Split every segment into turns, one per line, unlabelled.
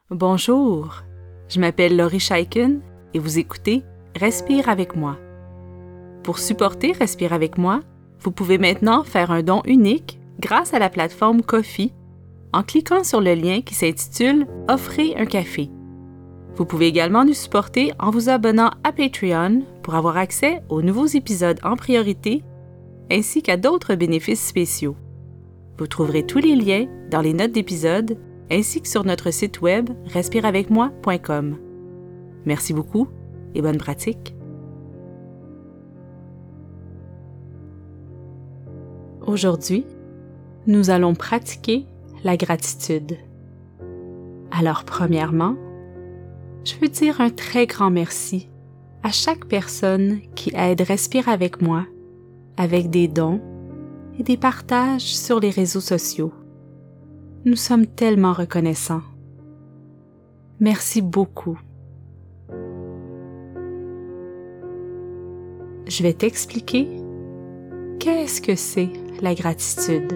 Bonjour, je m'appelle Laurie Scheiken et vous écoutez Respire avec moi. Pour supporter Respire avec moi, vous pouvez maintenant faire un don unique grâce à la plateforme Ko-fi en cliquant sur le lien qui s'intitule « Offrez un café ». Vous pouvez également nous supporter en vous abonnant à Patreon pour avoir accès aux nouveaux épisodes en priorité ainsi qu'à d'autres bénéfices spéciaux. Vous trouverez tous les liens dans les notes d'épisode ainsi que sur notre site web respireavecmoi.com. Merci beaucoup et bonne pratique. Aujourd'hui, nous allons pratiquer la gratitude. Alors premièrement, je veux dire un très grand merci à chaque personne qui aide Respire avec moi avec des dons et des partages sur les réseaux sociaux. Nous sommes tellement reconnaissants. Merci beaucoup. Je vais t'expliquer qu'est-ce que c'est la gratitude.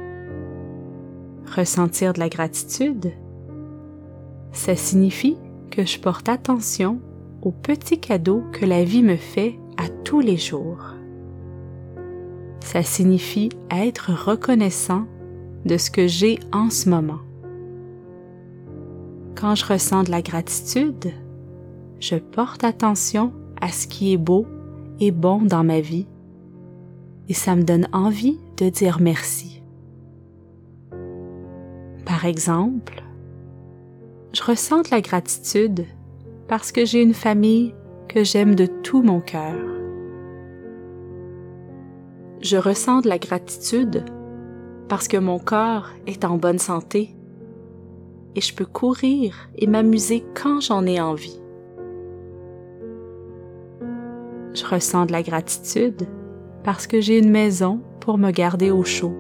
Ressentir de la gratitude, ça signifie que je porte attention aux petits cadeaux que la vie me fait à tous les jours. Ça signifie être reconnaissant de ce que j'ai en ce moment. Quand je ressens de la gratitude, je porte attention à ce qui est beau et bon dans ma vie et ça me donne envie de dire merci. Par exemple, je ressens de la gratitude parce que j'ai une famille que j'aime de tout mon cœur. Je ressens de la gratitude parce que mon corps est en bonne santé et je peux courir et m'amuser quand j'en ai envie. Je ressens de la gratitude parce que j'ai une maison pour me garder au chaud.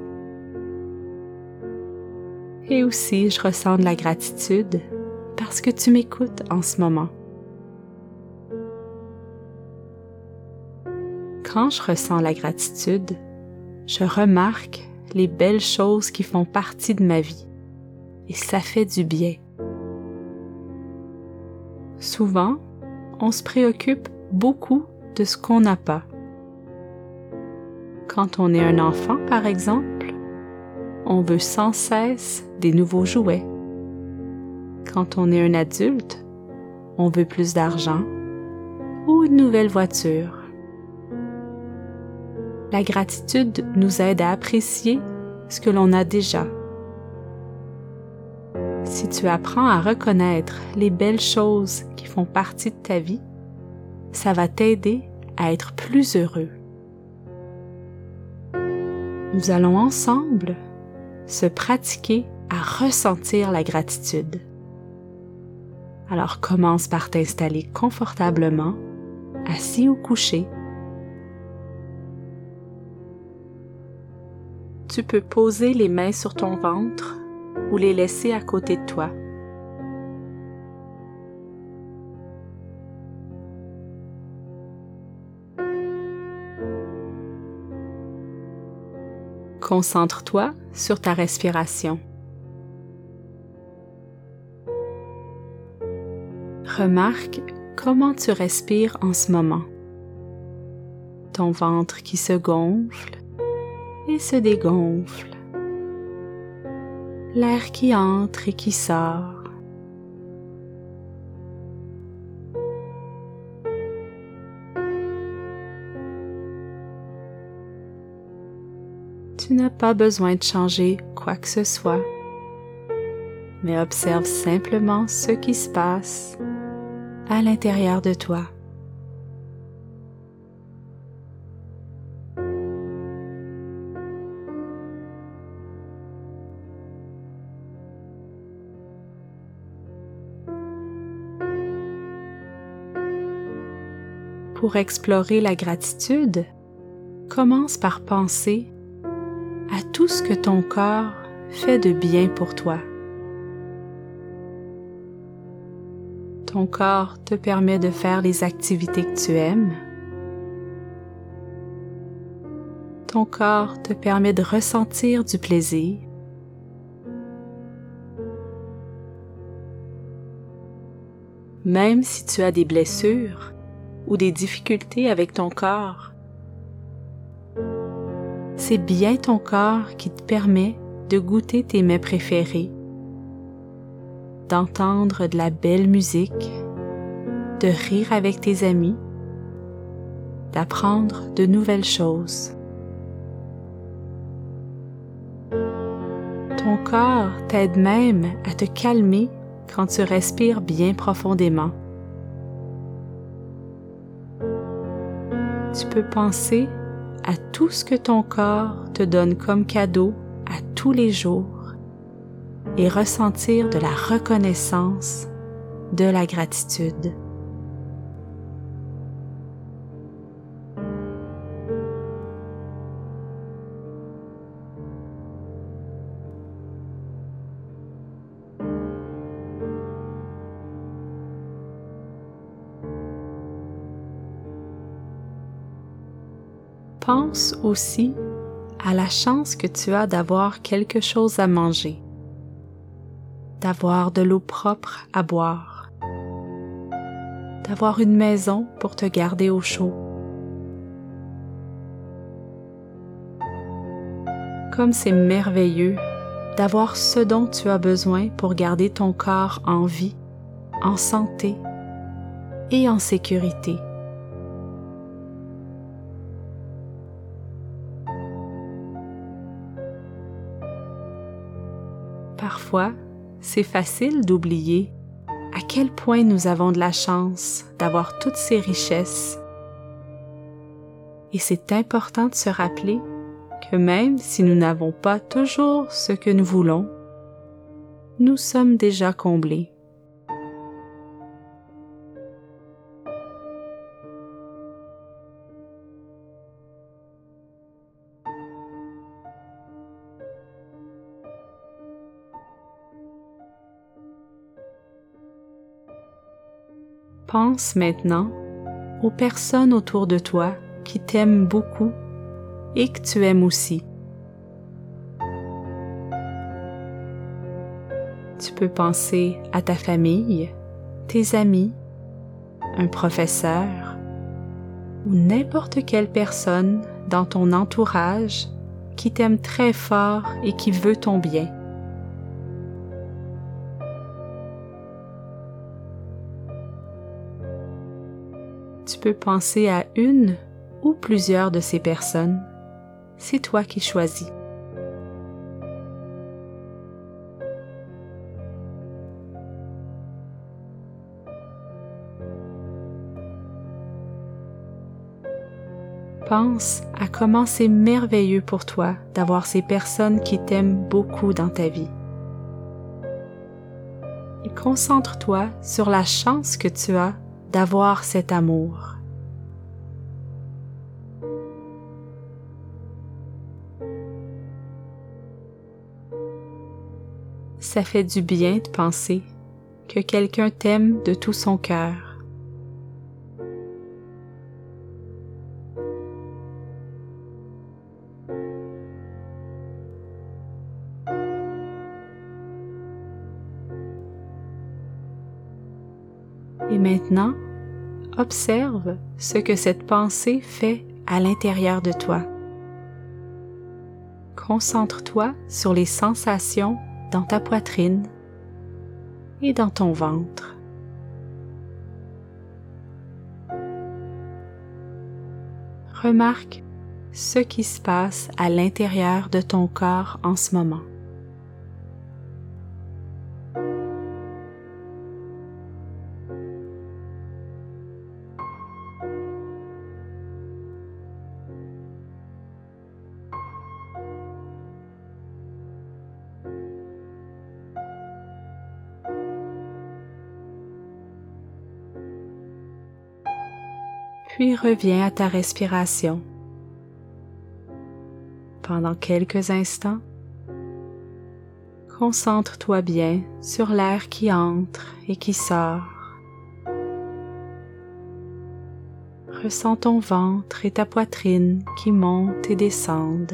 Et aussi, je ressens de la gratitude parce que tu m'écoutes en ce moment. Quand je ressens la gratitude, je remarque les belles choses qui font partie de ma vie et ça fait du bien. Souvent, on se préoccupe beaucoup de ce qu'on n'a pas. Quand on est un enfant, par exemple, on veut sans cesse des nouveaux jouets. Quand on est un adulte, on veut plus d'argent ou une nouvelle voiture. La gratitude nous aide à apprécier ce que l'on a déjà. Si tu apprends à reconnaître les belles choses qui font partie de ta vie, ça va t'aider à être plus heureux. Nous allons ensemble se pratiquer à ressentir la gratitude. Alors commence par t'installer confortablement, assis ou couché. Tu peux poser les mains sur ton ventre ou les laisser à côté de toi. Concentre-toi sur ta respiration. Remarque comment tu respires en ce moment. Ton ventre qui se gonfle et se dégonfle. L'air qui entre et qui sort. Tu n'as pas besoin de changer quoi que ce soit, mais observe simplement ce qui se passe à l'intérieur de toi. Pour explorer la gratitude, commence par penser à tout ce que ton corps fait de bien pour toi. Ton corps te permet de faire les activités que tu aimes. Ton corps te permet de ressentir du plaisir. même si tu as des blessures ou des difficultés avec ton corps. C'est bien ton corps qui te permet de goûter tes mets préférés, d'entendre de la belle musique, de rire avec tes amis, d'apprendre de nouvelles choses. Ton corps t'aide même à te calmer quand tu respires bien profondément. Tu peux penser à tout ce que ton corps te donne comme cadeau à tous les jours et ressentir de la reconnaissance, de la gratitude. Pense aussi à la chance que tu as d'avoir quelque chose à manger, d'avoir de l'eau propre à boire, d'avoir une maison pour te garder au chaud. Comme c'est merveilleux d'avoir ce dont tu as besoin pour garder ton corps en vie, en santé et en sécurité. Parfois, c'est facile d'oublier à quel point nous avons de la chance d'avoir toutes ces richesses. Et c'est important de se rappeler que même si nous n'avons pas toujours ce que nous voulons, nous sommes déjà comblés. Pense maintenant aux personnes autour de toi qui t'aiment beaucoup et que tu aimes aussi. Tu peux penser à ta famille, tes amis, un professeur ou n'importe quelle personne dans ton entourage qui t'aime très fort et qui veut ton bien. Tu peux penser à une ou plusieurs de ces personnes. C'est toi qui choisis. Pense à comment c'est merveilleux pour toi d'avoir ces personnes qui t'aiment beaucoup dans ta vie. Et concentre-toi sur la chance que tu as d'avoir cet amour. Ça fait du bien de penser que quelqu'un t'aime de tout son cœur. Et maintenant, observe ce que cette pensée fait à l'intérieur de toi. Concentre-toi sur les sensations dans ta poitrine et dans ton ventre. Remarque ce qui se passe à l'intérieur de ton corps en ce moment. Puis reviens à ta respiration. Pendant quelques instants, concentre-toi bien sur l'air qui entre et qui sort. Ressens ton ventre et ta poitrine qui montent et descendent.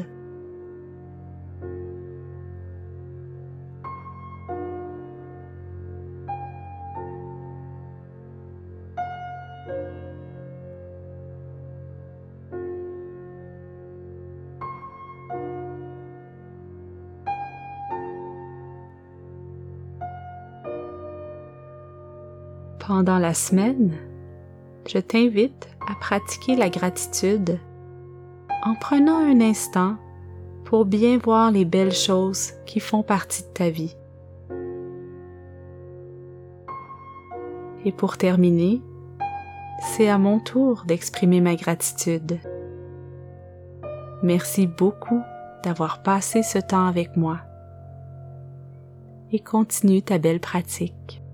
Pendant la semaine, je t'invite à pratiquer la gratitude en prenant un instant pour bien voir les belles choses qui font partie de ta vie. Et pour terminer, c'est à mon tour d'exprimer ma gratitude. Merci beaucoup d'avoir passé ce temps avec moi. Et continue ta belle pratique.